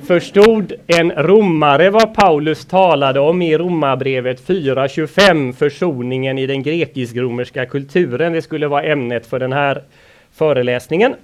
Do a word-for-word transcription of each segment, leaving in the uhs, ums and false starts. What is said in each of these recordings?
förstod en romare vad Paulus talade om i Romarbrevet fyra tjugofem, försoningen i den grekisk-romerska kulturen. Det skulle vara ämnet för den här föreläsningen.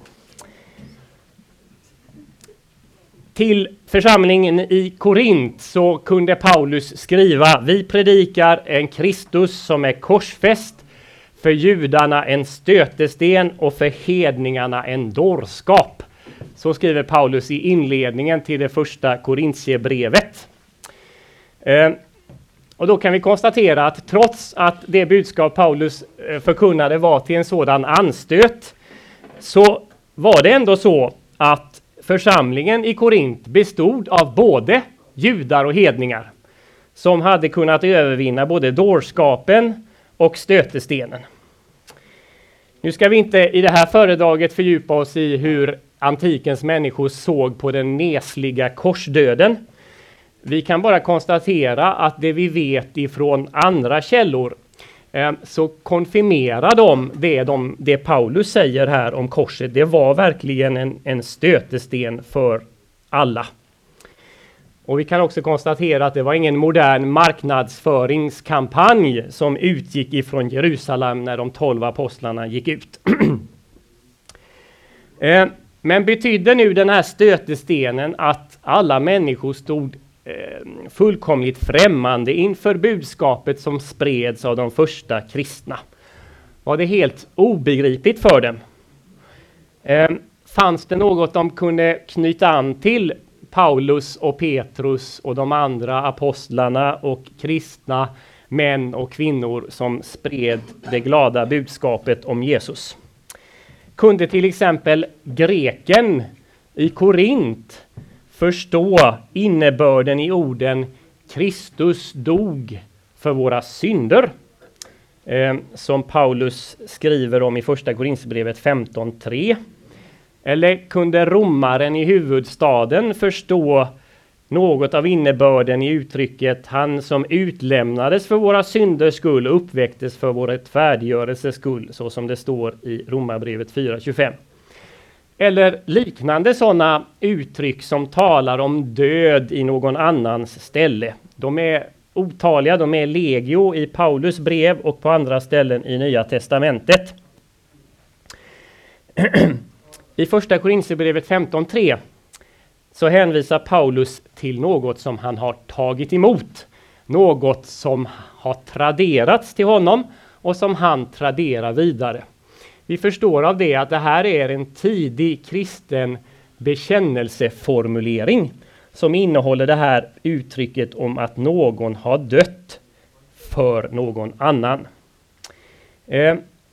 Till församlingen i Korint så kunde Paulus skriva: vi predikar en Kristus som är korsfäst, för judarna en stötesten och för hedningarna en dårskap. Så skriver Paulus i inledningen till det första Korintierbrevet. Eh, och då kan vi konstatera att trots att det budskap Paulus eh, förkunnade var till en sådan anstöt, så var det ändå så att församlingen i Korint bestod av både judar och hedningar som hade kunnat övervinna både dårskapen och stötestenen. Nu ska vi inte i det här föredraget fördjupa oss i hur antikens människor såg på den nesliga korsdöden. Vi kan bara konstatera att det vi vet ifrån andra källor eh, så konfirmerar de det, de det Paulus säger här om korset. Det var verkligen en, en stötesten för alla. Och vi kan också konstatera att det var ingen modern marknadsföringskampanj som utgick ifrån Jerusalem när de tolv apostlarna gick ut. eh, Men betydde nu den här stötestenen att alla människor stod eh, fullkomligt främmande inför budskapet som spreds av de första kristna? Var det helt obegripligt för dem? Eh, fanns det något de kunde knyta an till Paulus och Petrus och de andra apostlarna och kristna män och kvinnor som spred det glada budskapet om Jesus? Kunde till exempel greken i Korint förstå innebörden i orden Kristus dog för våra synder? Eh, som Paulus skriver om i första Korinthierbrevet femton tre. Eller kunde romaren i huvudstaden förstå något av innebörden i uttrycket han som utlämnades för våra synders skull och uppväcktes för vår rättfärdiggörelses skull, så som det står i Romarbrevet fyra tjugofem. Eller liknande sådana uttryck som talar om död i någon annans ställe. De är otaliga, de är legio i Paulus brev och på andra ställen i Nya testamentet. I första Korinthierbrevet femton tre så hänvisar Paulus till något som han har tagit emot. Något som har traderats till honom och som han traderar vidare. Vi förstår av det att det här är en tidig kristen bekännelseformulering som innehåller det här uttrycket om att någon har dött för någon annan. Eh,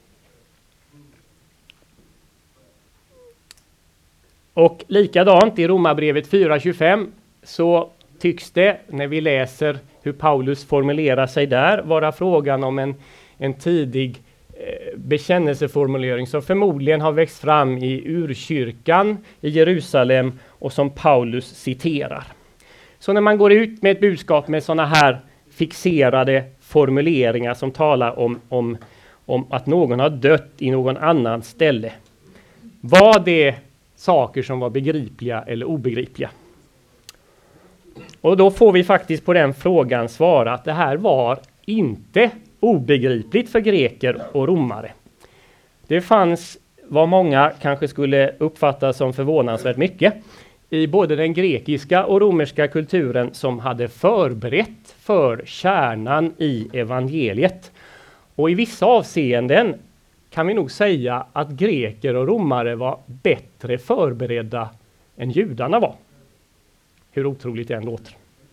Och likadant i Romarbrevet fyra tjugofem så tycks det, när vi läser hur Paulus formulerar sig där, vara frågan om en, en tidig eh, bekännelseformulering som förmodligen har växt fram i urkyrkan i Jerusalem och som Paulus citerar. Så när man går ut med ett budskap med sådana här fixerade formuleringar som talar om, om, om att någon har dött i någon annan ställe, var det saker som var begripliga eller obegripliga? Och då får vi faktiskt på den frågan svara att det här var inte obegripligt för greker och romare. Det fanns vad många kanske skulle uppfatta som förvånansvärt mycket i både den grekiska och romerska kulturen som hade förberett för kärnan i evangeliet. Och i vissa avseenden kan vi nog säga att greker och romare var bättre förberedda än judarna var. Hur otroligt det än låter.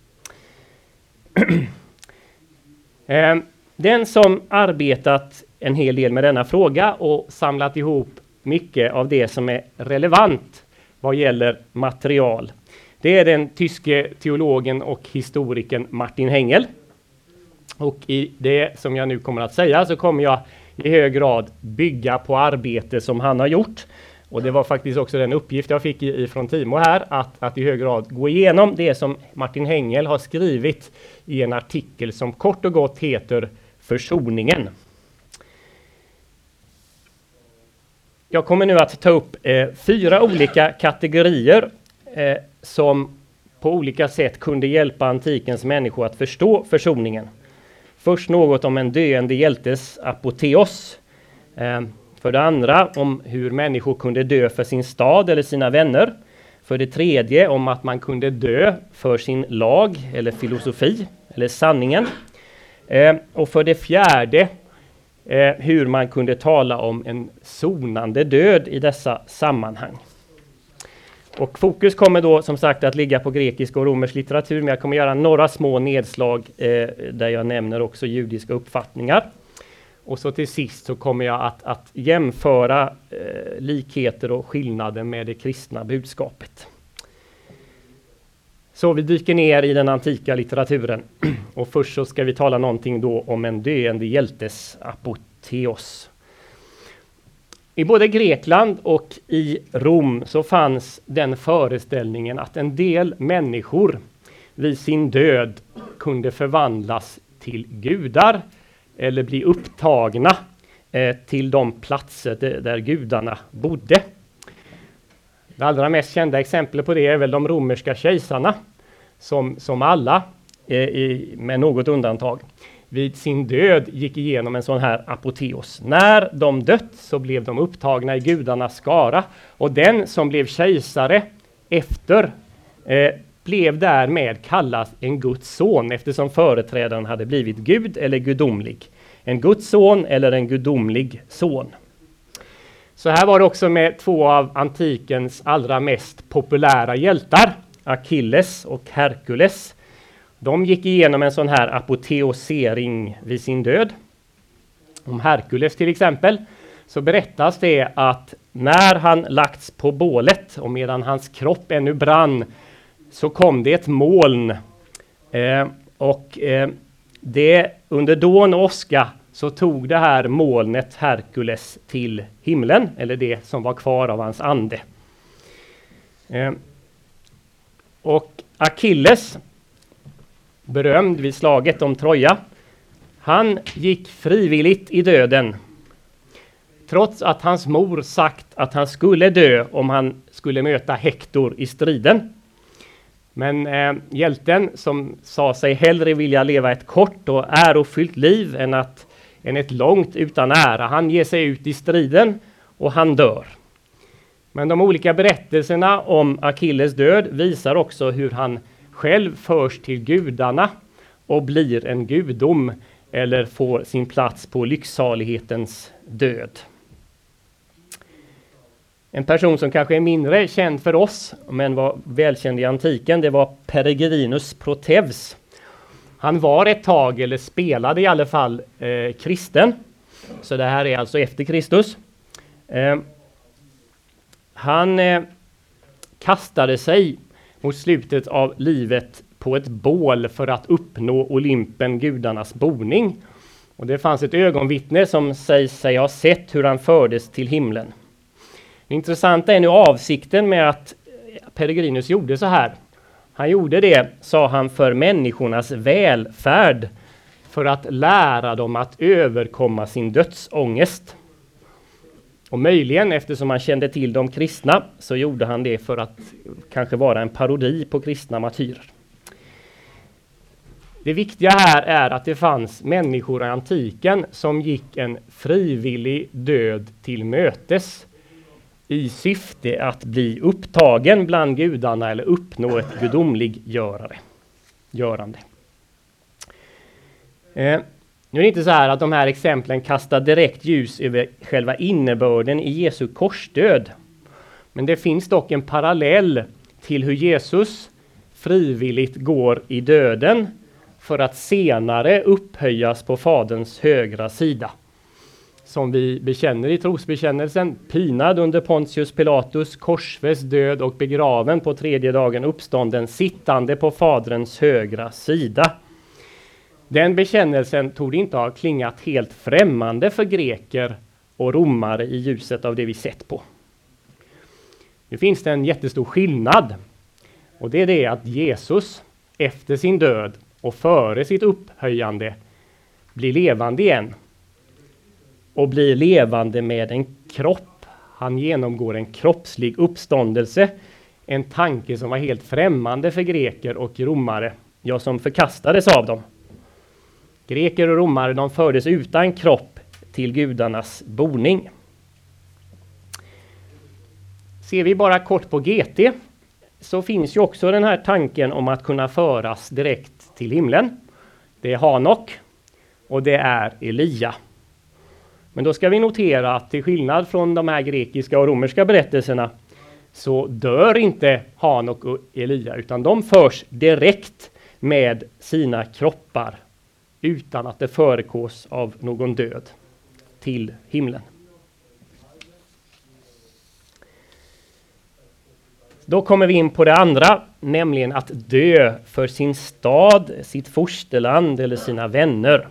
Den som arbetat en hel del med denna fråga och samlat ihop mycket av det som är relevant vad gäller material, det är den tyske teologen och historikern Martin Hengel. Och i det som jag nu kommer att säga så kommer jag i hög grad bygga på arbete som han har gjort. Och det var faktiskt också den uppgift jag fick ifrån Timo här, att, att i hög grad gå igenom det som Martin Hengel har skrivit i en artikel som kort och gott heter Försoningen. Jag kommer nu att ta upp eh, fyra olika kategorier eh, som på olika sätt kunde hjälpa antikens människor att förstå försoningen. Först något om en döende hjältes apoteos. Eh, för det andra om hur människor kunde dö för sin stad eller sina vänner. För det tredje om att man kunde dö för sin lag eller filosofi eller sanningen. Eh, och för det fjärde eh, hur man kunde tala om en sonande död i dessa sammanhang. Och fokus kommer då som sagt att ligga på grekisk och romersk litteratur, men jag kommer göra några små nedslag eh, där jag nämner också judiska uppfattningar. Och så till sist så kommer jag att, att jämföra eh, likheter och skillnader med det kristna budskapet. Så vi dyker ner i den antika litteraturen. Och först så ska vi tala någonting då om en döende hjältes apoteos. I både Grekland och i Rom så fanns den föreställningen att en del människor vid sin död kunde förvandlas till gudar eller bli upptagna eh, till de platser där, där gudarna bodde. Det allra mest kända exemplet på det är väl de romerska kejsarna som, som alla, eh, i, med något undantag, vid sin död gick igenom en sån här apoteos. När de dött så blev de upptagna i gudarnas skara, och den som blev kejsare efter eh, blev därmed kallad en Guds son, eftersom företrädaren hade blivit Gud eller gudomlig. En Guds son eller en gudomlig son. Så här var det också med två av antikens allra mest populära hjältar, Achilles och Herkules. De gick igenom en sån här apoteosering vid sin död. Om Herkules till exempel så berättas det att när han lagts på bålet och medan hans kropp ännu brann så kom det ett moln. Eh, och eh, det under dån och åska så tog det här molnet Herkules till himlen, eller det som var kvar av hans ande. Eh, och Achilles, berömd vid slaget om Troja, han gick frivilligt i döden. Trots att hans mor sagt att han skulle dö om han skulle möta Hektor i striden. Men eh, hjälten som sa sig hellre vilja leva ett kort och ärofyllt liv än, att, än ett långt utan ära, han ger sig ut i striden och han dör. Men de olika berättelserna om Achilles död visar också hur han själv förs till gudarna och blir en gudom eller får sin plats på lycksalighetens död. En person som kanske är mindre känd för oss men var välkänd i antiken, det var Peregrinus Protevs. Han var ett tag, eller spelade i alla fall, eh, kristen. Så det här är alltså efter Kristus. Eh, han eh, kastade sig mot slutet av livet på ett bål för att uppnå Olympen, gudarnas boning. Och det fanns ett ögonvittne som säger sig ha sett hur han fördes till himlen. Det intressanta är nu avsikten med att Peregrinus gjorde så här. Han gjorde det, sa han, för människornas välfärd, för att lära dem att överkomma sin dödsångest. Och möjligen, eftersom han kände till de kristna, så gjorde han det för att kanske vara en parodi på kristna martyrer. Det viktiga här är att det fanns människor i antiken som gick en frivillig död till mötes i syfte att bli upptagen bland gudarna eller uppnå ett gudomliggörande. Görande. Eh, nu är det inte så här att de här exemplen kastar direkt ljus över själva innebörden i Jesu korsdöd. Men det finns dock en parallell till hur Jesus frivilligt går i döden för att senare upphöjas på Faderns högra sida. Som vi bekänner i trosbekännelsen, pinad under Pontius Pilatus, korsfäst, död och begraven, på tredje dagen uppstånden, sittande på Faderns högra sida. Den bekännelsen tog inte ha klingat helt främmande för greker och romare i ljuset av det vi sett på. Nu finns det en jättestor skillnad, och det är det att Jesus efter sin död och före sitt upphöjande blir levande igen. Och blir levande med en kropp. Han genomgår en kroppslig uppståndelse. en tanke som var helt främmande för greker och romare, ja, som förkastades av dem. Greker och romare, de fördes utan kropp till gudarnas boning. Ser vi bara kort på G T, så finns ju också den här tanken om att kunna föras direkt till himlen. Det är Hanok och det är Elia. Men då ska vi notera att till skillnad från de här grekiska och romerska berättelserna så dör inte Hanok och Elia, utan de förs direkt med sina kroppar utan att det föregås av någon död till himlen. Då kommer vi in på det andra, nämligen att dö för sin stad, sitt fosterland eller sina vänner.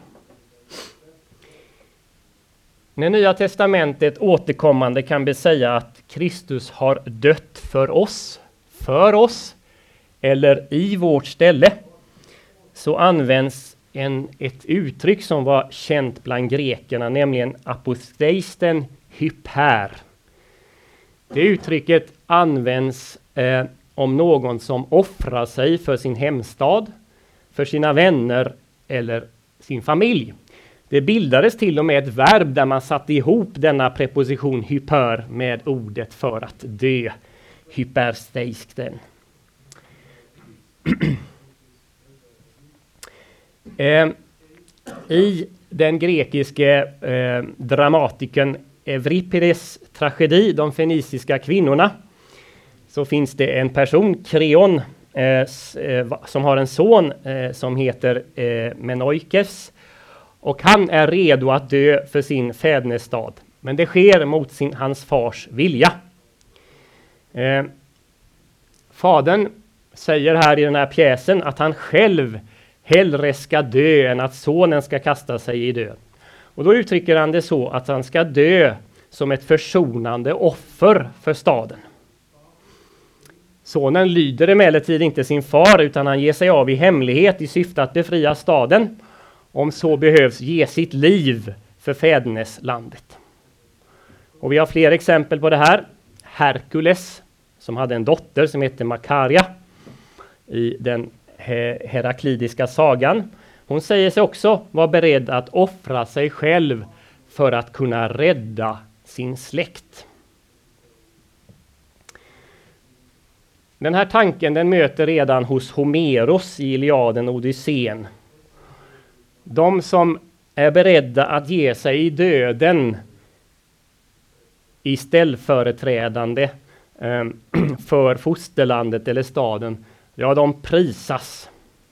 När Nya testamentet återkommande kan vi säga att Kristus har dött för oss, för oss eller i vårt ställe, så används en, ett uttryck som var känt bland grekerna, nämligen aposteisten hyper. Det uttrycket används eh, om någon som offrar sig för sin hemstad, för sina vänner eller sin familj. Det bildades till och med ett verb där man satte ihop denna preposition hyper med ordet för att dö, hypersteisken. eh, I den grekiske eh, dramatikern Euripides tragedi, De feniciska kvinnorna, så finns det en person, Kreon, eh, s, eh, som har en son eh, som heter eh, Menoikes, och han är redo att dö för sin fädernestad, men det sker mot sin, hans fars vilja. Eh, fadern säger här i den här pjäsen att han själv hellre ska dö än att sonen ska kasta sig i död. Och då uttrycker han det så att han ska dö som ett försonande offer för staden. Sonen lyder emellertid inte sin far, utan han ger sig av i hemlighet i syfte att befria staden. Om så behövs ge sitt liv för fäderneslandet. Och vi har fler exempel på det här. Herkules, som hade en dotter som heter Makaria i den he- heraklidiska sagan. Hon säger sig också vara beredd att offra sig själv för att kunna rädda sin släkt. Den här tanken den möter redan hos Homeros i Iliaden och Odysseen. De som är beredda att ge sig i döden i ställföreträdande eh, för fosterlandet eller staden, ja, de prisas.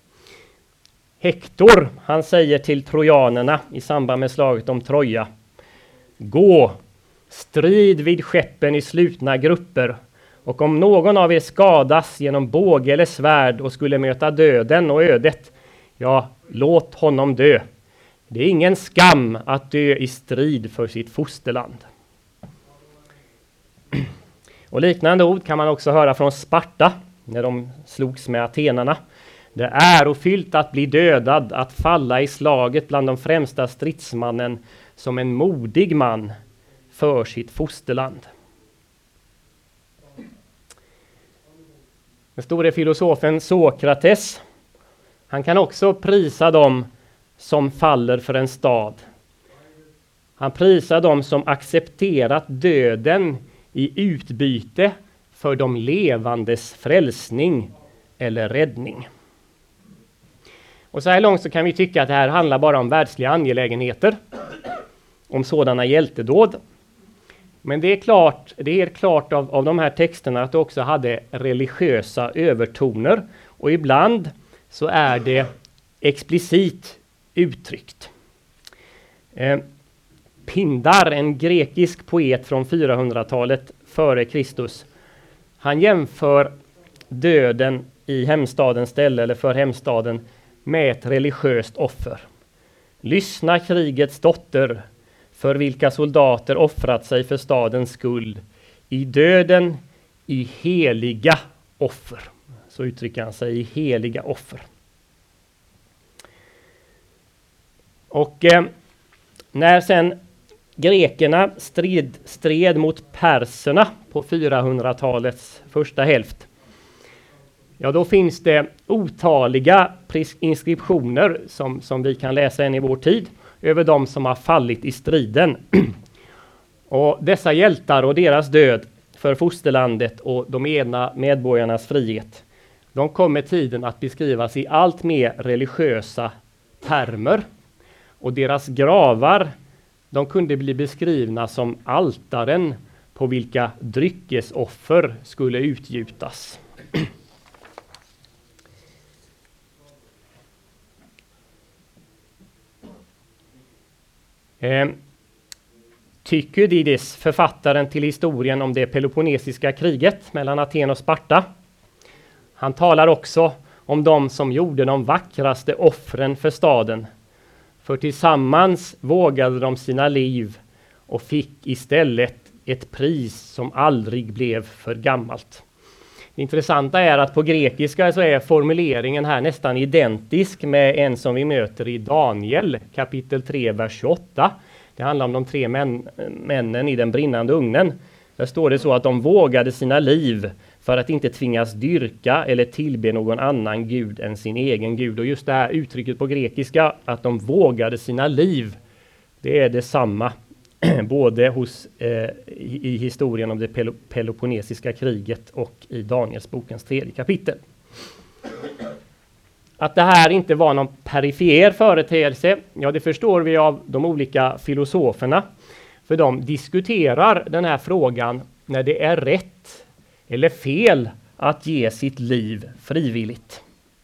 Hektor, han säger till trojanerna i samband med slaget om Troja: gå, strid vid skeppen i slutna grupper, och om någon av er skadas genom båge eller svärd och skulle möta döden och ödet, ja, låt honom dö. Det är ingen skam att dö i strid för sitt fosterland. Och liknande ord kan man också höra från Sparta när de slogs med atenarna. Det är ärofyllt att bli dödad, att falla i slaget bland de främsta stridsmannen som en modig man för sitt fosterland. Den store filosofen Sokrates, han kan också prisa dem som faller för en stad. Han prisar dem som accepterat döden i utbyte för de levandes frälsning eller räddning. Och så här långt så kan vi tycka att det här handlar bara om världsliga angelägenheter, om sådana hjältedåd. Men det är klart, det är klart av, av de här texterna att det också hade religiösa övertoner, och ibland så är det explicit uttryckt. Eh, Pindar, en grekisk poet från fyrahundratalet före Kristus, han jämför döden i hemstadens ställe eller för hemstaden med ett religiöst offer. Lyssna, krigets dotter, för vilka soldater offrat sig för stadens skull, i döden i heliga offer. Så uttrycker han sig, i heliga offer. Och eh, när sen grekerna strid, stred mot perserna på fyrahundratalets första hälft, ja då finns det otaliga inskriptioner som, som vi kan läsa än i vår tid över de som har fallit i striden. Och dessa hjältar och deras död för fosterlandet och de egna medborgarnas frihet, de kom med tiden att beskrivas i allt mer religiösa termer. Och deras gravar, de kunde bli beskrivna som altaren på vilka dryckesoffer skulle utgjutas. eh, Thukydides, författaren till historien om det peloponnesiska kriget mellan Aten och Sparta, han talar också om de som gjorde de vackraste offren för staden. För tillsammans vågade de sina liv och fick istället ett pris som aldrig blev för gammalt. Det intressanta är att på grekiska så är formuleringen här nästan identisk med en som vi möter i Daniel kapitel tre, vers tjugoåtta. Det handlar om de tre män, männen i den brinnande ugnen. Där står det så att de vågade sina liv för att inte tvingas dyrka eller tillbe någon annan gud än sin egen gud. Och just det här uttrycket på grekiska, att de vågade sina liv, det är detsamma både hos, eh, i, i historien om det Pel- peloponnesiska kriget och i Daniels bokens tredje kapitel. Att det här inte var någon perifer företeelse, ja det förstår vi av de olika filosoferna. För de diskuterar den här frågan när det är rätt eller fel att ge sitt liv frivilligt.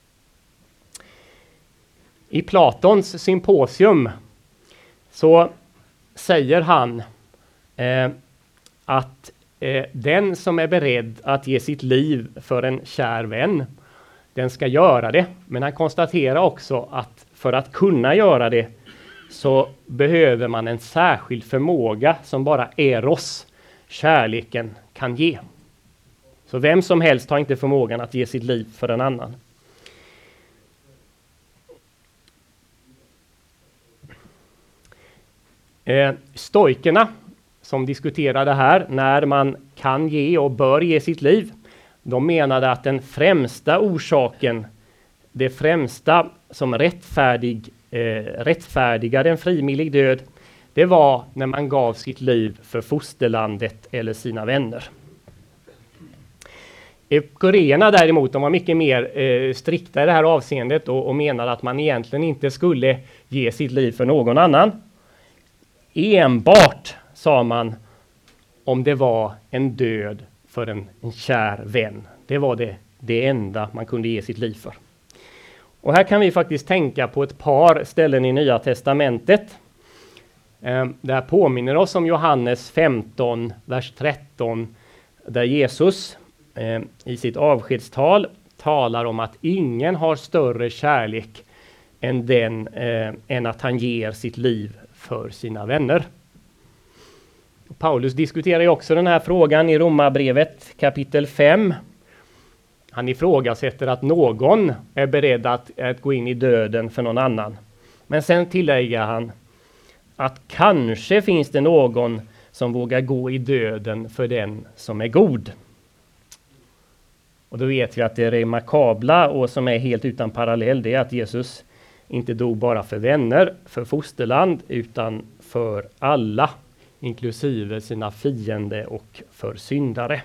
I Platons symposium så säger han eh, att eh, den som är beredd att ge sitt liv för en kär vän, den ska göra det. Men han konstaterar också att för att kunna göra det så behöver man en särskild förmåga som bara eros, kärleken, kan ge. Så vem som helst har inte förmågan att ge sitt liv för en annan. Eh, stoikerna som diskuterade här när man kan ge och bör ge sitt liv, de menade att den främsta orsaken, det främsta som rättfärdig, eh, rättfärdigade en frivillig död, det var när man gav sitt liv för fosterlandet eller sina vänner. Epikureerna däremot, de var mycket mer eh, strikta i det här avseendet och, och menade att man egentligen inte skulle ge sitt liv för någon annan. Enbart, sa man, om det var en död för en, en kär vän. Det var det, det enda man kunde ge sitt liv för. Och här kan vi faktiskt tänka på ett par ställen i Nya testamentet. Eh, det här påminner oss om Johannes femton, vers tretton, där Jesus eh, i sitt avskedstal talar om att ingen har större kärlek än, den, eh, än att han ger sitt liv för sina vänner. Paulus diskuterar ju också den här frågan i Romarbrevet kapitel fem. Han ifrågasätter att någon är beredd att, att gå in i döden för någon annan. Men sen tillägger han att kanske finns det någon som vågar gå i döden för den som är god. Och då vet vi att det remarkabla och som är helt utan parallell, det är att Jesus inte dog bara för vänner, för fosterland, utan för alla, inklusive sina fiender och för syndare.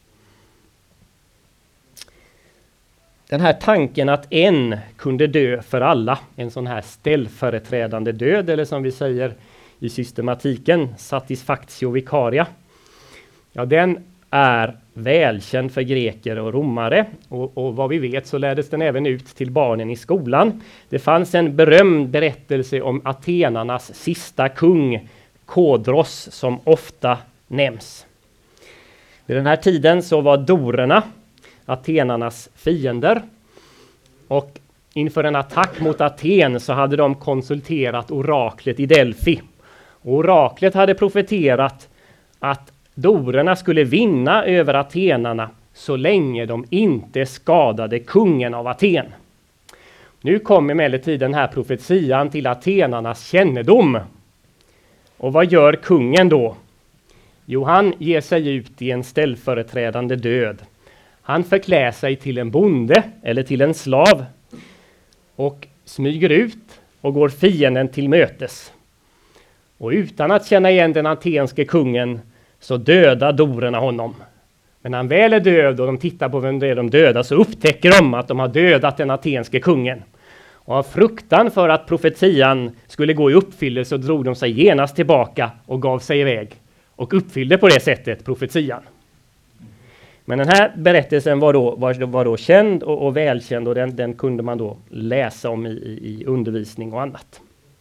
Den här tanken att en kunde dö för alla, en sån här ställföreträdande död, eller som vi säger i systematiken, satisfactio vicaria, ja, den är välkänd för greker och romare, och, och vad vi vet så lärdes den även ut till barnen i skolan. Det fanns en berömd berättelse om atenarnas sista kung, Kodros, som ofta nämns. Vid den här tiden så var dorerna atenarnas fiender, och inför en attack mot Aten så hade de konsulterat oraklet i Delphi. Och oraklet hade profeterat att dorerna skulle vinna över atenarna så länge de inte skadade kungen av Aten. Nu kom emellertid den här profetian till atenarnas kännedom. Och vad gör kungen då? Jo, han ger sig ut i en ställföreträdande död. Han förklär sig till en bonde eller till en slav och smyger ut och går fienden till mötes. Och utan att känna igen den atenske kungen så dödar dorerna honom. Men när han väl är död och de tittar på vem det är de dödar så upptäcker de att de har dödat den atenske kungen. Och av fruktan för att profetian skulle gå i uppfyllelse så drog de sig genast tillbaka och gav sig iväg. Och uppfyllde på det sättet profetian. Men den här berättelsen var då, var, var då känd och, och välkänd och den, den kunde man då läsa om i, i, i undervisning och annat.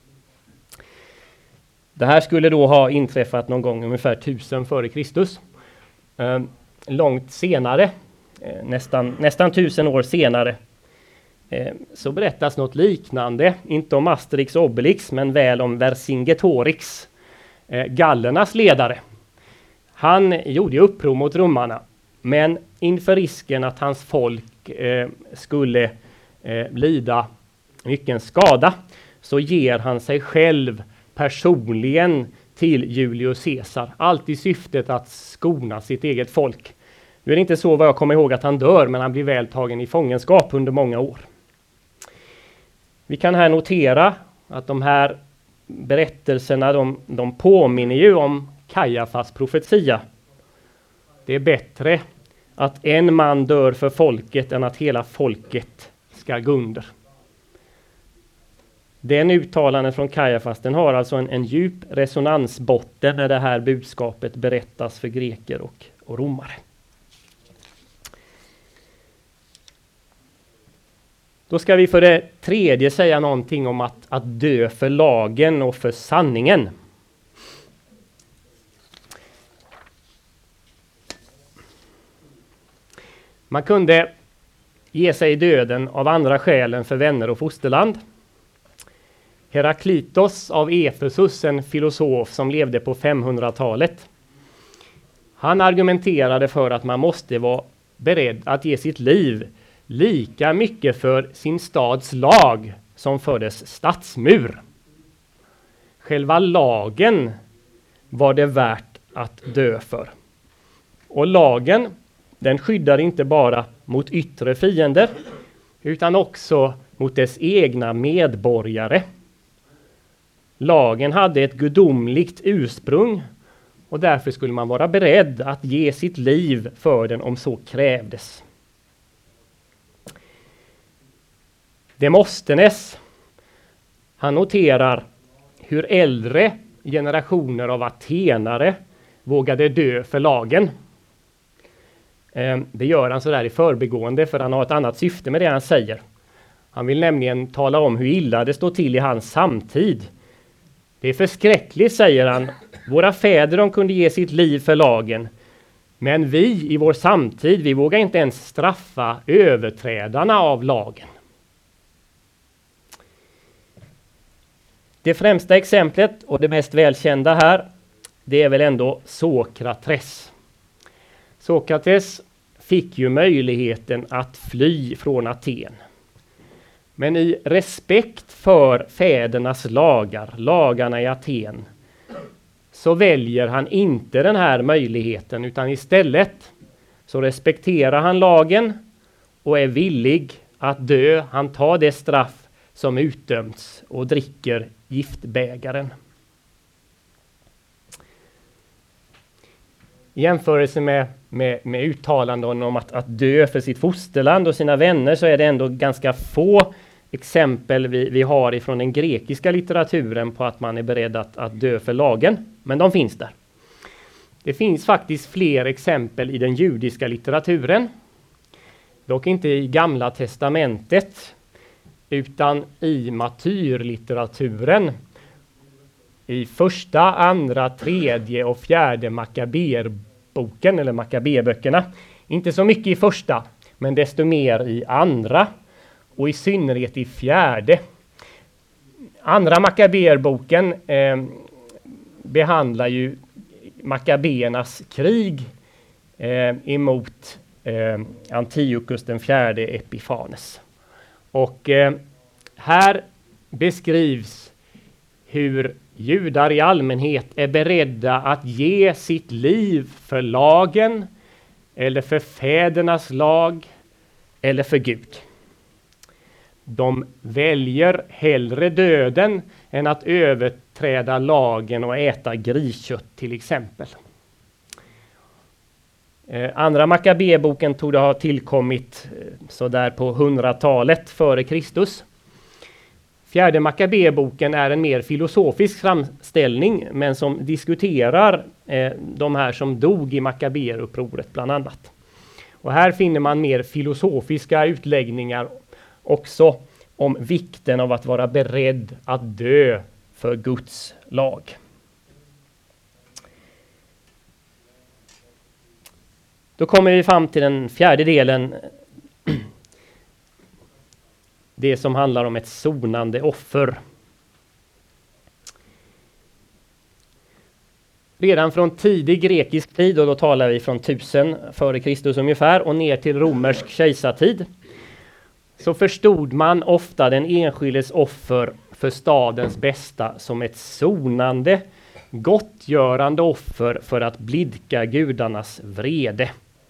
Det här skulle då ha inträffat någon gång ungefär tusen före Kristus. Eh, långt senare, eh, nästan, nästan tusen år senare, eh, så berättas något liknande, inte om Asterix och Obelix men väl om Vercingetorix, eh, gallernas ledare. Han gjorde uppror mot romarna, men inför risken att hans folk eh, skulle eh, lida mycket skada så ger han sig själv personligen till Julius Caesar. Allt i syftet att skona sitt eget folk. Nu är det inte så vad jag kommer ihåg att han dör, men han blir väl tagen i fångenskap under många år. Vi kan här notera att de här berättelserna de, de påminner ju om Kajafas profetia. Det är bättre att en man dör för folket än att hela folket ska gå under. Den uttalanden från Kajafas den har alltså en, en djup resonansbotten när det här budskapet berättas för greker och, och romare. Då ska vi för det tredje säga någonting om att, att dö för lagen och för sanningen. Man kunde ge sig i döden av andra skäl än för vänner och fosterland. Heraklitos av Efesus, en filosof som levde på femhundratalet. Han argumenterade för att man måste vara beredd att ge sitt liv lika mycket för sin stads lag som för dess stadsmur. Själva lagen var det värt att dö för. Och lagen, den skyddar inte bara mot yttre fiender utan också mot dess egna medborgare. Lagen hade ett gudomligt ursprung och därför skulle man vara beredd att ge sitt liv för den om så krävdes. Demosthenes, han noterar hur äldre generationer av atenare vågade dö för lagen. Det gör han så där i förbigående för han har ett annat syfte med det han säger. Han vill nämligen tala om hur illa det står till i hans samtid. Det är förskräckligt, säger han. Våra fäder de kunde ge sitt liv för lagen. Men vi i vår samtid, vi vågar inte ens straffa överträdarna av lagen. Det främsta exemplet och det mest välkända här, det är väl ändå Sokrates. Sokrates fick ju möjligheten att fly från Aten. Men i respekt för fädernas lagar, lagarna i Aten, så väljer han inte den här möjligheten utan istället så respekterar han lagen och är villig att dö. Han tar det straff som utdömts och dricker giftbägaren. I jämförelse med, med, med uttalanden om att, att dö för sitt fosterland och sina vänner så är det ändå ganska få exempel vi, vi har ifrån den grekiska litteraturen på att man är beredd att, att dö för lagen. Men de finns där. Det finns faktiskt fler exempel i den judiska litteraturen. Dock inte i Gamla testamentet utan i martyrlitteraturen. I första, andra, tredje och fjärde Makaberboken eller Makabeböckerna. Inte så mycket i första, men desto mer i andra och i synnerhet i fjärde. Andra Makaberboken eh, behandlar ju Makabeernas krig eh, emot eh, Antiochus den fjärde Epifanes. Och eh, här beskrivs hur judar i allmänhet är beredda att ge sitt liv för lagen, eller för fädernas lag eller för Gud. De väljer hellre döden än att överträda lagen och äta griskött till exempel. Eh, andra Makabeboken tog ha tillkommit eh, så där på hundratalet före Kristus. Fjärde Makabeboken är en mer filosofisk framställning, men som diskuterar eh, de här som dog i Makabeerupproret bland annat. Och här finner man mer filosofiska utläggningar också om vikten av att vara beredd att dö för Guds lag. Då kommer vi fram till den fjärde delen. Det som handlar om ett sonande offer. Redan från tidig grekisk tid, och då talar vi från tusen före Kristus ungefär och ner till romersk kejsartid, så förstod man ofta den enskildes offer för stadens bästa som ett sonande, gottgörande offer för att blidka gudarnas vrede.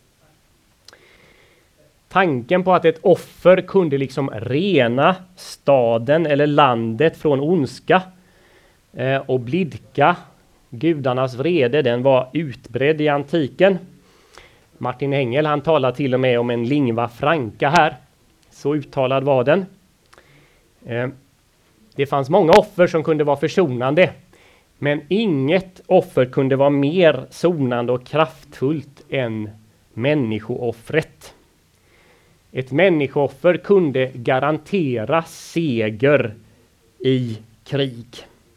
Tanken på att ett offer kunde liksom rena staden eller landet från ondska eh, och blidka gudarnas vrede, den var utbredd i antiken. Martin Engel, han talar till och med om en lingua franca här. Så uttalad var den. Eh, det fanns många offer som kunde vara försonande, men inget offer kunde vara mer sonande och kraftfullt än människooffret. Ett människooffer kunde garantera seger i krig.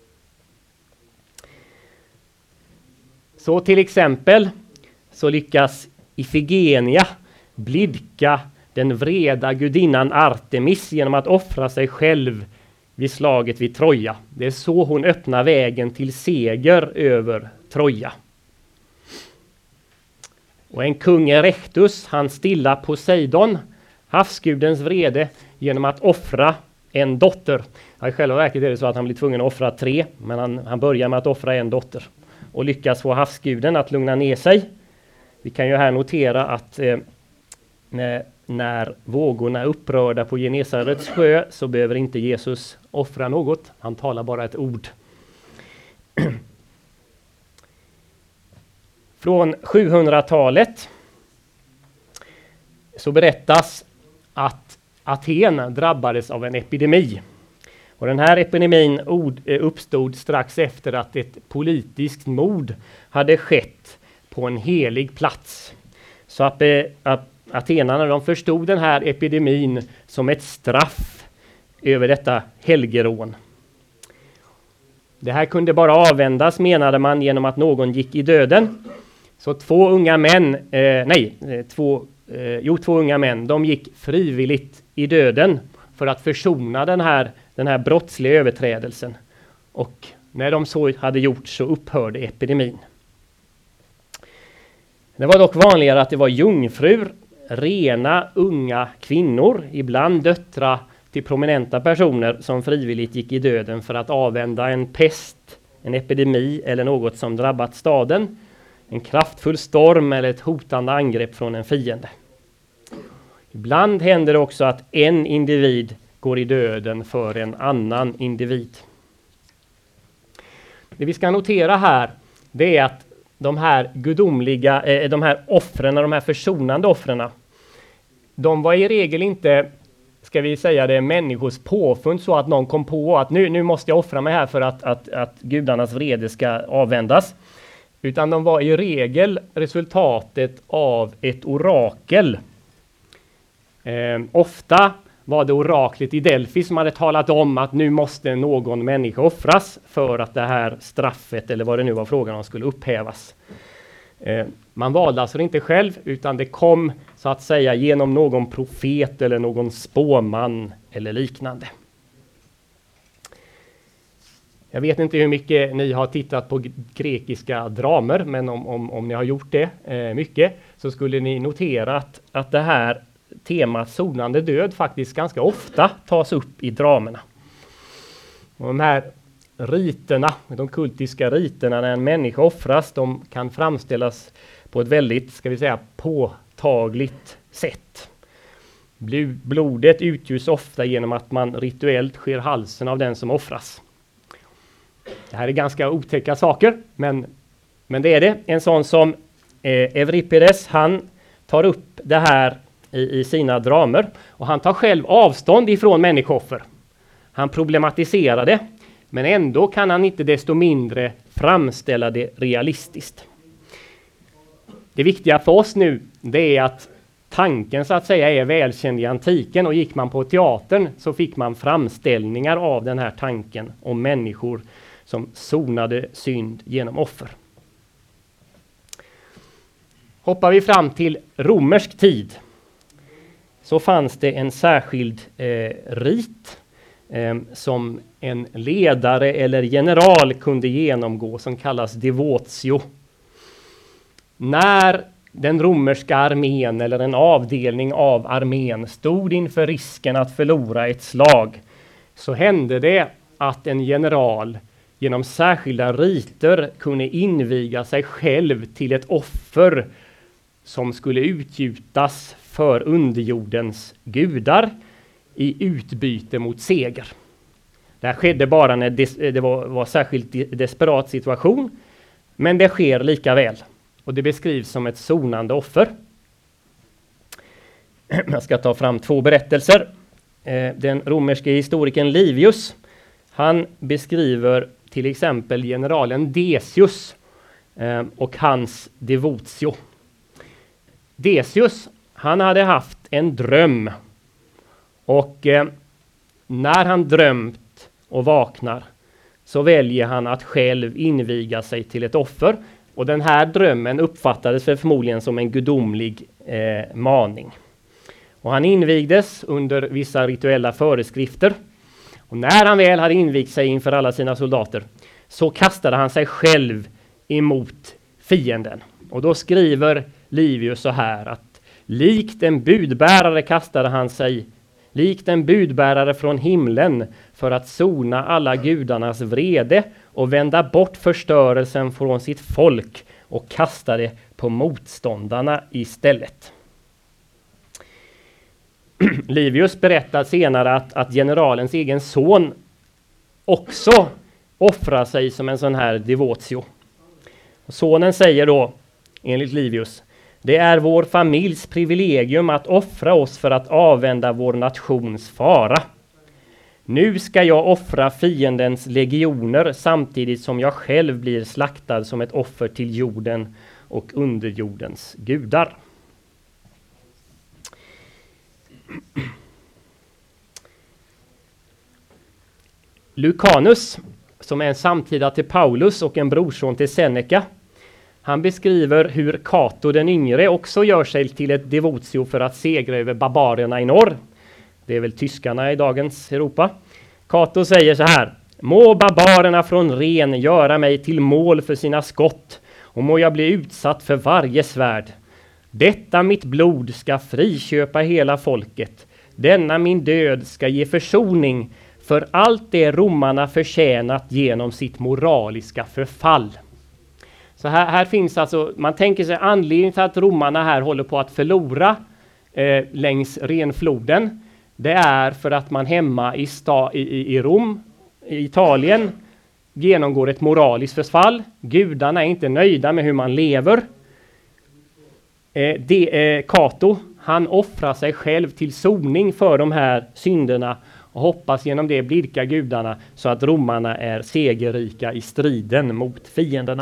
Så till exempel så lyckas Ifigenia blidka den vreda gudinnan Artemis genom att offra sig själv vid slaget vid Troja. Det är så hon öppnar vägen till seger över Troja. Och en kung Erechtus, han stilla Poseidon, havsgudens vrede, genom att offra en dotter. Ja, i själva verket är det så att han blir tvungen att offra tre, men han, han börjar med att offra en dotter och lyckas få havsguden att lugna ner sig. Vi kan ju här notera att eh, när, när vågorna är upprörda på Genesarets sjö så behöver inte Jesus offra något. Han talar bara ett ord. Från sjuhundratalet så berättas att Aten drabbades av en epidemi. Och den här epidemin uppstod strax efter att ett politiskt mord hade skett på en helig plats. Så att, att atenarna, de förstod den här epidemin som ett straff över detta helgerån. Det här kunde bara avvändas, menade man, genom att någon gick i döden. Så två unga män, eh, nej, två, eh, jo, två unga män, de gick frivilligt i döden för att försona den här, den här brottsliga överträdelsen. Och när de så hade gjort så upphörde epidemin. Det var dock vanligare att det var jungfrur, rena unga kvinnor, ibland döttrar till prominenta personer, som frivilligt gick i döden för att avvända en pest, en epidemi eller något som drabbat staden, en kraftfull storm eller ett hotande angrepp från en fiende. Ibland händer det också att en individ går i döden för en annan individ. Det vi ska notera här, det är att de här gudomliga, eh, de här offren, de här försonande offren, de var i regel inte, ska vi säga det, människors påfund, så att någon kom på att nu, nu måste jag offra mig här för att, att, att gudarnas vrede ska avvändas. Utan de var i regel resultatet av ett orakel. Eh, ofta var det oraklet i Delphi som hade talat om att nu måste någon människa offras för att det här straffet, eller vad det nu var frågan om, skulle upphävas. Eh, man valde alltså inte själv, utan det kom så att säga genom någon profet eller någon spåman eller liknande. Jag vet inte hur mycket ni har tittat på grekiska dramer, men om, om, om ni har gjort det eh, mycket, så skulle ni notera att, att det här temat sonande död faktiskt ganska ofta tas upp i dramerna. Och de här riterna, de kultiska riterna när en människa offras, de kan framställas på ett väldigt, ska vi säga, påtagligt sätt. Blodet utgjuts ofta genom att man rituellt skär halsen av den som offras. Det här är ganska otäcka saker, men, men det är det. En sån som eh, Euripides, han tar upp det här i, i sina dramer, och han tar själv avstånd ifrån människooffer. Han problematiserar det, men ändå kan han inte desto mindre framställa det realistiskt. Det viktiga för oss nu, det är att tanken så att säga är välkänd i antiken, och gick man på teatern så fick man framställningar av den här tanken om människor som sonade synd genom offer. Hoppar vi fram till romersk tid, så fanns det en särskild eh, rit eh, som en ledare eller general kunde genomgå, som kallas devotio. När den romerska armén eller en avdelning av armén stod inför risken att förlora ett slag, så hände det att en general genom särskilda riter kunde inviga sig själv till ett offer som skulle utgjutas för underjordens gudar i utbyte mot seger. Det här skedde bara när det, det var, var särskilt desperat situation, men det sker lika väl. Och det beskrivs som ett sonande offer. Jag ska ta fram två berättelser. Den romerske historikern Livius, han beskriver till exempel generalen Decius och hans devotio. Decius, han hade haft en dröm, och när han drömt och vaknar så väljer han att själv inviga sig till ett offer. Och den här drömmen uppfattades för förmodligen som en gudomlig eh, maning. Och han invigdes under vissa rituella föreskrifter. Och när han väl hade invigt sig inför alla sina soldater, så kastade han sig själv emot fienden. Och då skriver Livius så här, att likt en budbärare kastade han sig, likt en budbärare från himlen, för att sona alla gudarnas vrede och vända bort förstörelsen från sitt folk och kasta det på motståndarna istället. Livius berättar senare att, att generalens egen son också offrar sig som en sån här devotio. Och sonen säger då, enligt Livius, det är vår familjs privilegium att offra oss för att avvända vår nations fara. Nu ska jag offra fiendens legioner samtidigt som jag själv blir slaktad som ett offer till jorden och underjordens gudar. Lucanus, som är en samtida till Paulus och en brorson till Seneca, han beskriver hur Cato den yngre också gör sig till ett devotio för att segra över barbarerna i norr. Det är väl tyskarna i dagens Europa. Cato säger så här: må barbarerna från Ren göra mig till mål för sina skott, och må jag bli utsatt för varje svärd. Detta mitt blod ska friköpa hela folket. Denna min död ska ge försoning för allt det romarna förtjänat genom sitt moraliska förfall. Så här, här finns alltså, man tänker sig anledningen till att romarna här håller på att förlora eh, längs Renfloden. Det är för att man hemma i, sta, i, i Rom, i Italien, genomgår ett moraliskt förfall. Gudarna är inte nöjda med hur man lever. Eh, det, eh, Cato, han offrar sig själv till soning för de här synderna och hoppas genom det blidka gudarna så att romarna är segerrika i striden mot fienderna.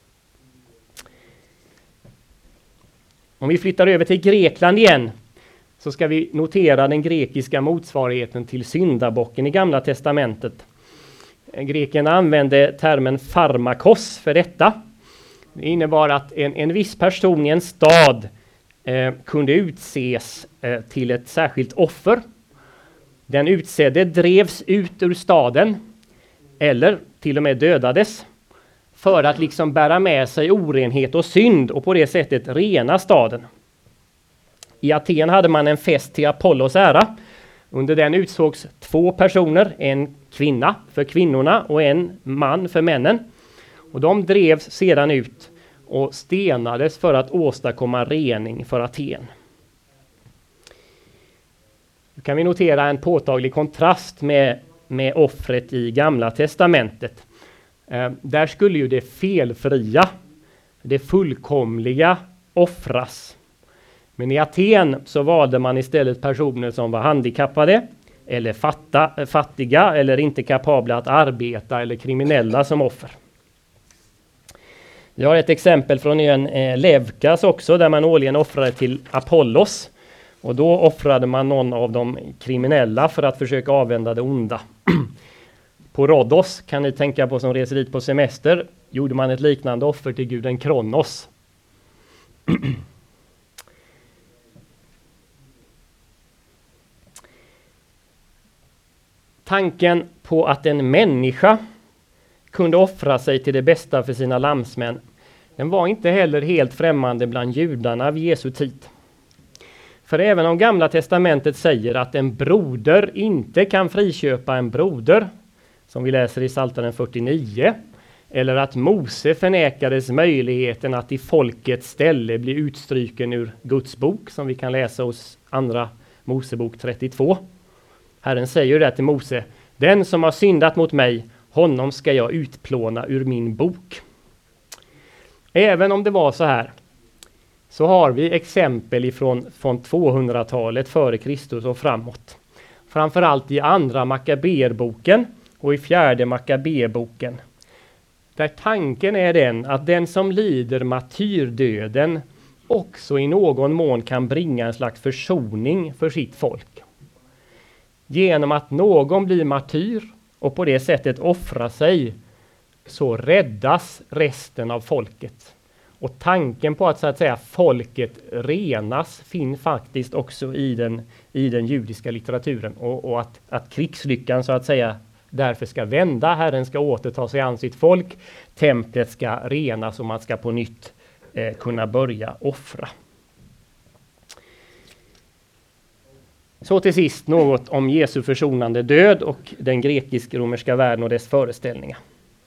Om vi flyttar över till Grekland igen, så ska vi notera den grekiska motsvarigheten till syndabocken i Gamla testamentet. Grekerna använde termen pharmakos för detta. Det innebar att en, en viss person i en stad eh, kunde utses eh, till ett särskilt offer. Den utsedde drevs ut ur staden eller till och med dödades för att liksom bära med sig orenhet och synd och på det sättet rena staden. I Aten hade man en fest till Apollos ära. Under den utsågs två personer, en kvinna för kvinnorna och en man för männen. Och de drevs sedan ut och stenades för att åstadkomma rening för Aten. Nu kan vi notera en påtaglig kontrast med, med offret i Gamla testamentet. Eh, där skulle ju det felfria, det fullkomliga offras. Men i Aten så valde man istället personer som var handikappade eller fatta, fattiga eller inte kapabla att arbeta eller kriminella som offer. Vi har ett exempel från en eh, Levkas också, där man årligen offrade till Apollos. Och då offrade man någon av de kriminella för att försöka avvända det onda. På Rhodos, kan ni tänka på som reser dit på semester, gjorde man ett liknande offer till guden Kronos. Tanken på att en människa kunde offra sig till det bästa för sina landsmän, den var inte heller helt främmande bland judarna vid Jesu tid. För även om Gamla testamentet säger att en broder inte kan friköpa en broder, som vi läser i Psaltaren fyrtionio, eller att Mose förnekades möjligheten att i folkets ställe bli utstryken ur Guds bok, som vi kan läsa hos andra Mosebok trettiotvå. Herren säger det till Mose: den som har syndat mot mig, honom ska jag utplåna ur min bok. Även om det var så här, så har vi exempel ifrån från tvåhundratalet före Kristus och framåt. Framförallt i andra Makaberboken och i fjärde Makaberboken. Där tanken är den att den som lider martyrdöden också i någon mån kan bringa en slags försoning för sitt folk. Genom att någon blir martyr och på det sättet offra sig, så räddas resten av folket. Och tanken på att så att säga folket renas finns faktiskt också i den, i den judiska litteraturen. Och, och att, att krigslyckan så att säga därför ska vända, Herren ska återta sig an sitt folk, templet ska renas och man ska på nytt eh, kunna börja offra. Så till sist något om Jesu försonande död och den grekisk-romerska världen och dess föreställningar.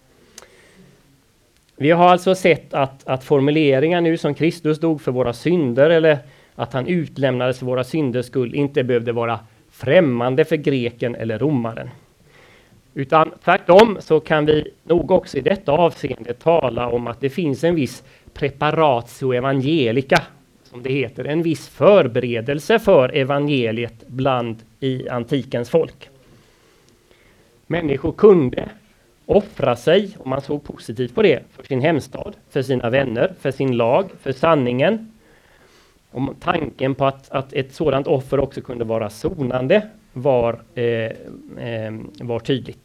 Vi har alltså sett att, att formuleringar nu som Kristus dog för våra synder eller att han utlämnades för våra synders skull inte behövde vara främmande för greken eller romaren. Utan tvärtom så kan vi nog också i detta avseende tala om att det finns en viss preparatio evangelica, som det heter, en viss förberedelse för evangeliet bland i antikens folk. Människor kunde offra sig, och man såg positivt på det, för sin hemstad, för sina vänner, för sin lag, för sanningen. Och tanken på att, att ett sådant offer också kunde vara sonande var, eh, eh, var tydligt.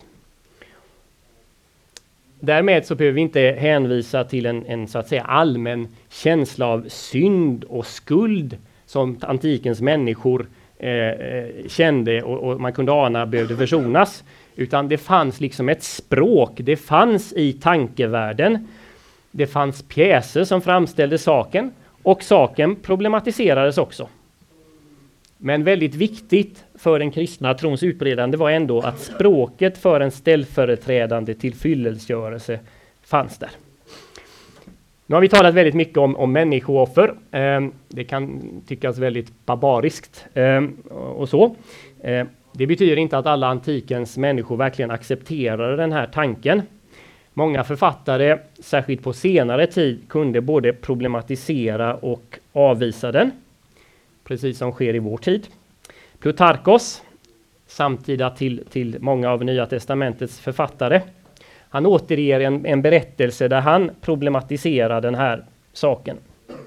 Därmed så behöver vi inte hänvisa till en, en så att säga allmän känsla av synd och skuld som antikens människor eh, kände och, och man kunde ana behövde försonas. Utan det fanns liksom ett språk, det fanns i tankevärlden, det fanns pjäser som framställde saken och saken problematiserades också. Men väldigt viktigt för den kristna trons utbredande var ändå att språket för en ställföreträdande tillfyllelsegörelse fanns där. Nu har vi talat väldigt mycket om, om människooffer. Eh, det kan tyckas väldigt barbariskt eh, och så. Eh, det betyder inte att alla antikens människor verkligen accepterade den här tanken. Många författare, särskilt på senare tid, kunde både problematisera och avvisa den. Precis som sker i vår tid. Plutarkos, samtida till, till många av Nya testamentets författare, han återger en, en berättelse där han problematiserar den här saken.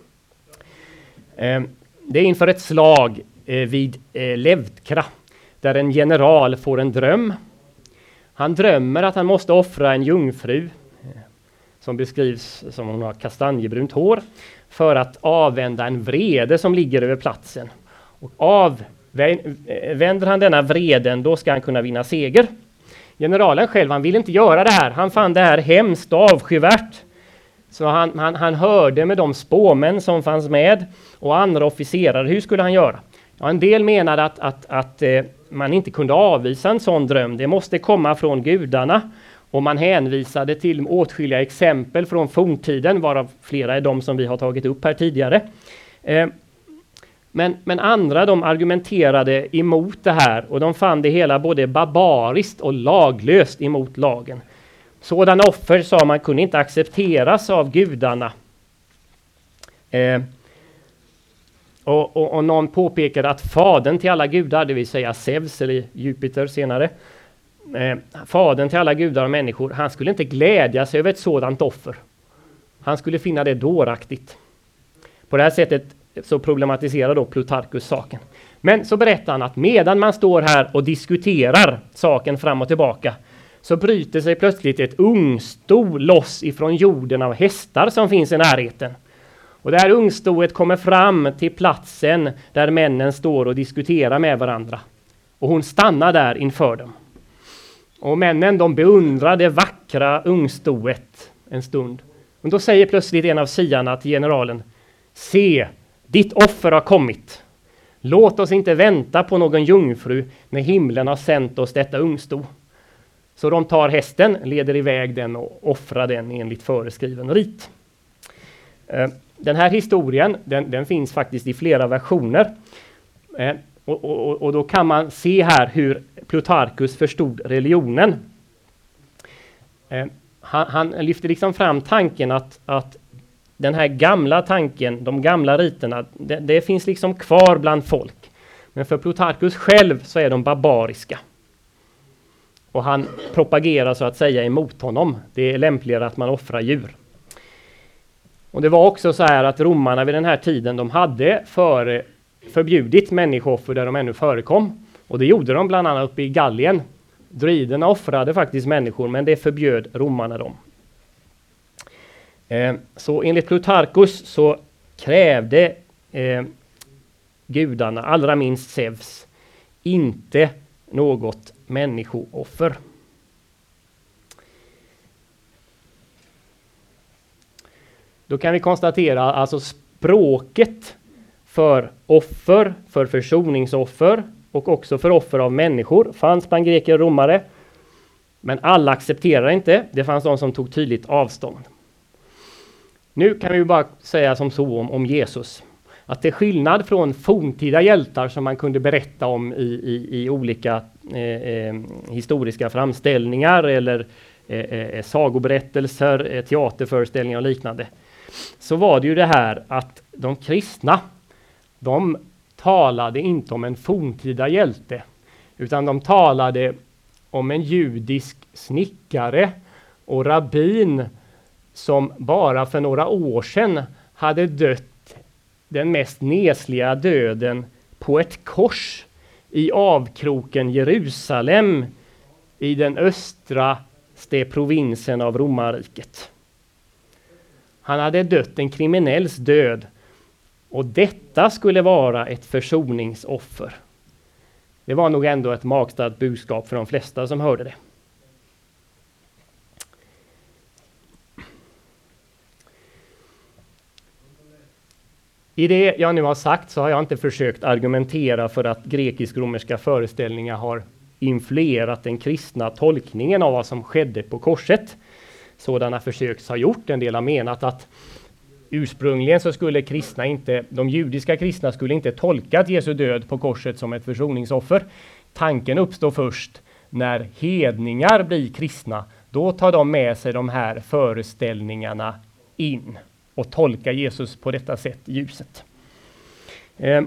Eh, det är inför ett slag eh, vid eh, Levkra, där en general får en dröm. Han drömmer att han måste offra en jungfru, eh, som beskrivs som hon har kastanjebrunt hår, för att avvända en vrede som ligger över platsen. Och avvänder han denna vreden, då ska han kunna vinna seger. Generalen själv, han vill inte göra det här. Han fann det här hemskt och avskyvärt. Så han, han, han hörde med de spåmän som fanns med och andra officerare. Hur skulle han göra? Ja, en del menade att, att, att eh, man inte kunde avvisa en sån dröm. Det måste komma från gudarna. Och man hänvisade till åtskilliga exempel från forntiden, varav flera är de som vi har tagit upp här tidigare. Eh, men, men andra de argumenterade emot det här, och de fann det hela både barbariskt och laglöst emot lagen. Sådana offer, sa man, kunde inte accepteras av gudarna. Eh, och, och, och någon påpekade att fadern till alla gudar, det vill säga Zeus eller Jupiter senare, eh, fadern till alla gudar och människor, han skulle inte glädja sig över ett sådant offer. Han skulle finna det dåraktigt. På det här sättet så problematiserar då Plutarchus saken. Men så berättar han att medan man står här och diskuterar saken fram och tillbaka, så bryter sig plötsligt ett ungsto loss ifrån jorden av hästar som finns i närheten. Och det här ungstoet kommer fram till platsen där männen står och diskuterar med varandra. Och hon stannar där inför dem. Och männen, de beundrar det vackra ungstoet en stund. Och då säger plötsligt en av siarna till generalen: se, ditt offer har kommit. Låt oss inte vänta på någon jungfru när himlen har sänt oss detta ungsto. Så de tar hästen, leder iväg den och offrar den enligt föreskriven rit. Den här historien, den, den finns faktiskt i flera versioner. Och, och, och då kan man se här hur Plutarchus förstod religionen. Han, han lyfter liksom fram tanken att, att den här gamla tanken, de gamla riterna, det, det finns liksom kvar bland folk. Men för Plutarchus själv så är de barbariska. Och han propagerar så att säga emot honom. Det är lämpligare att man offrar djur. Och det var också så här att romarna vid den här tiden, de hade för, förbjudit människooffer där de ännu förekom. Och det gjorde de bland annat uppe i Gallien. Druiderna offrade faktiskt människor, men det förbjöd romarna dem. Eh, så enligt Plutarchus så krävde eh, gudarna, allra minst Zeus, inte något människooffer. Då kan vi konstatera alltså språket för offer, för försoningsoffer och också för offer av människor fanns bland greker och romare. Men alla accepterar inte. Det fanns de som tog tydligt avstånd. Nu kan vi bara säga som så om, om Jesus. Att det är skillnad från forntida hjältar som man kunde berätta om i, i, i olika eh, eh, historiska framställningar eller eh, eh, sagoberättelser, eh, teaterföreställningar och liknande. Så var det ju det här att de kristna, de talade inte om en forntida hjälte, utan de talade om en judisk snickare och rabbin som bara för några år sedan hade dött den mest nesliga döden på ett kors i avkroken Jerusalem i den östraste provinsen av romarriket. Han hade dött en kriminells död, och detta skulle vara ett försoningsoffer. Det var nog ändå ett magstarkt budskap för de flesta som hörde det. I det jag nu har sagt så har jag inte försökt argumentera för att grekisk-romerska föreställningar har influerat den kristna tolkningen av vad som skedde på korset. Sådana försök har gjort. En del har menat att ursprungligen så skulle kristna inte, de judiska kristna skulle inte tolkat Jesu död på korset som ett försoningsoffer. Tanken uppstår först när hedningar blir kristna. Då tar de med sig de här föreställningarna in och tolkar Jesus på detta sätt i ljuset. Eh,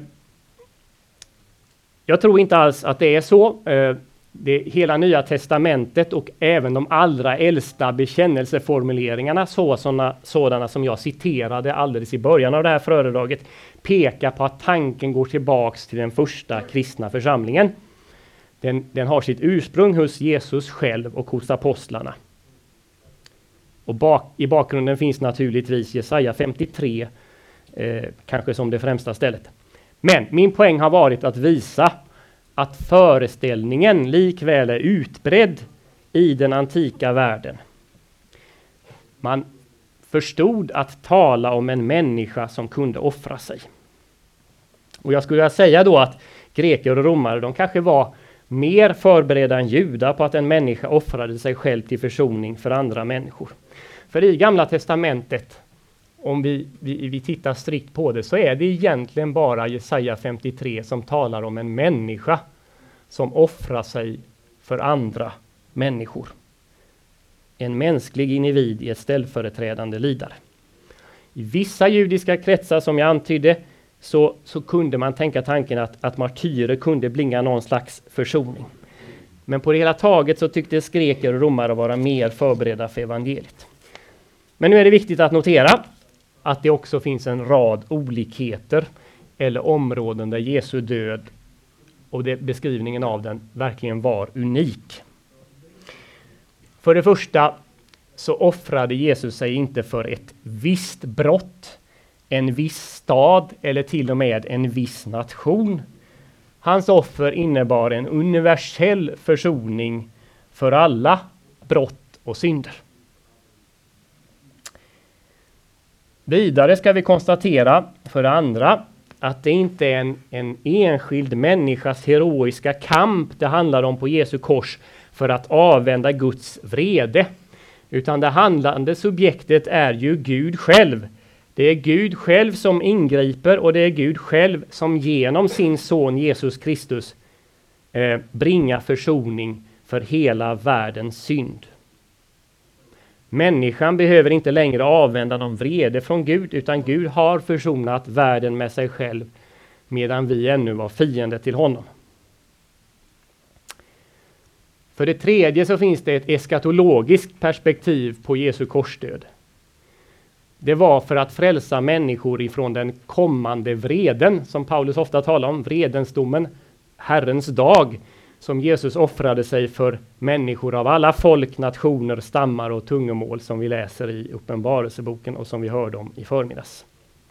jag tror inte alls att det är så. Eh, det hela Nya testamentet och även de allra äldsta bekännelseformuleringarna, så, såna, sådana som jag citerade alldeles i början av det här föredraget, pekar på att tanken går tillbaks till den första kristna församlingen. Den, den har sitt ursprung hos Jesus själv och hos apostlarna. Och bak, i bakgrunden finns naturligtvis Jesaja femtiotre, eh, kanske som det främsta stället. Men min poäng har varit att visa att föreställningen likväl är utbredd i den antika världen. Man förstod att tala om en människa som kunde offra sig. Och jag skulle säga då att greker och romare, de kanske var mer förberedda än judar på att en människa offrade sig själv till försoning för andra människor. För i Gamla testamentet, om vi, vi, vi tittar strikt på det, så är det egentligen bara Jesaja femtiotre som talar om en människa som offrar sig för andra människor. En mänsklig individ i ett ställföreträdande lidare. I vissa judiska kretsar, som jag antydde, så, så kunde man tänka tanken att, att martyrer kunde bringa någon slags försoning. Men på det hela taget så tyckte greker och romare vara mer förberedda för evangeliet. Men nu är det viktigt att notera att det också finns en rad olikheter eller områden där Jesu död och det, beskrivningen av den verkligen var unik. För det första så offrade Jesus sig inte för ett visst brott, en viss stad eller till och med en viss nation. Hans offer innebar en universell försoning för alla brott och synder. Vidare ska vi konstatera för det andra att det inte är en, en enskild människas heroiska kamp det handlar om på Jesu kors för att avvända Guds vrede. Utan det handlande subjektet är ju Gud själv. Det är Gud själv som ingriper och det är Gud själv som genom sin son Jesus Kristus eh, bringar försoning för hela världens synd. Människan behöver inte längre avvända någon vrede från Gud, utan Gud har försonat världen med sig själv medan vi ännu var fiender till honom. För det tredje så finns det ett eskatologiskt perspektiv på Jesu korsdöd. Det var för att frälsa människor ifrån den kommande vreden, som Paulus ofta talar om, vredensdomen, Herrens dag, som Jesus offrade sig för människor av alla folk, nationer, stammar och tungomål, som vi läser i Uppenbarelseboken och som vi hörde om i förmiddags.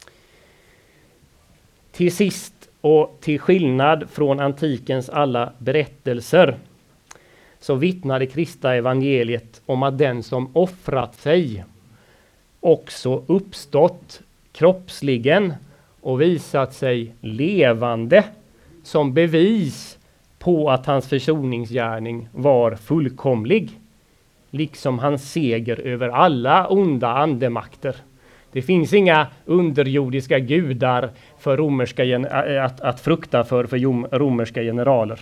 Till sist, och till skillnad från antikens alla berättelser, så vittnade Krista evangeliet om att den som offrat sig också uppstått kroppsligen och visat sig levande som bevis på att hans försoningsgärning var fullkomlig, liksom hans seger över alla onda andemakter. Det finns inga underjordiska gudar för romerska gen- att, att frukta för, för romerska generaler.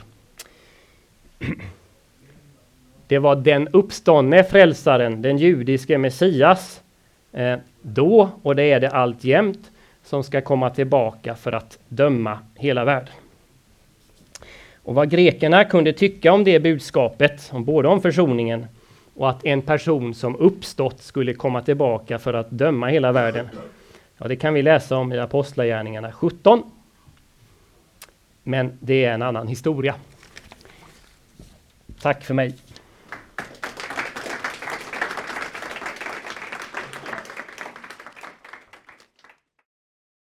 Det var den uppståndne frälsaren, den judiske Messias, eh, då, och det är det alltjämt, som ska komma tillbaka för att döma hela världen. Och vad grekerna kunde tycka om det budskapet, om både om försoningen och att en person som uppstått skulle komma tillbaka för att döma hela världen, ja, det kan vi läsa om i Apostlagärningarna sjutton. Men det är en annan historia. Tack för mig.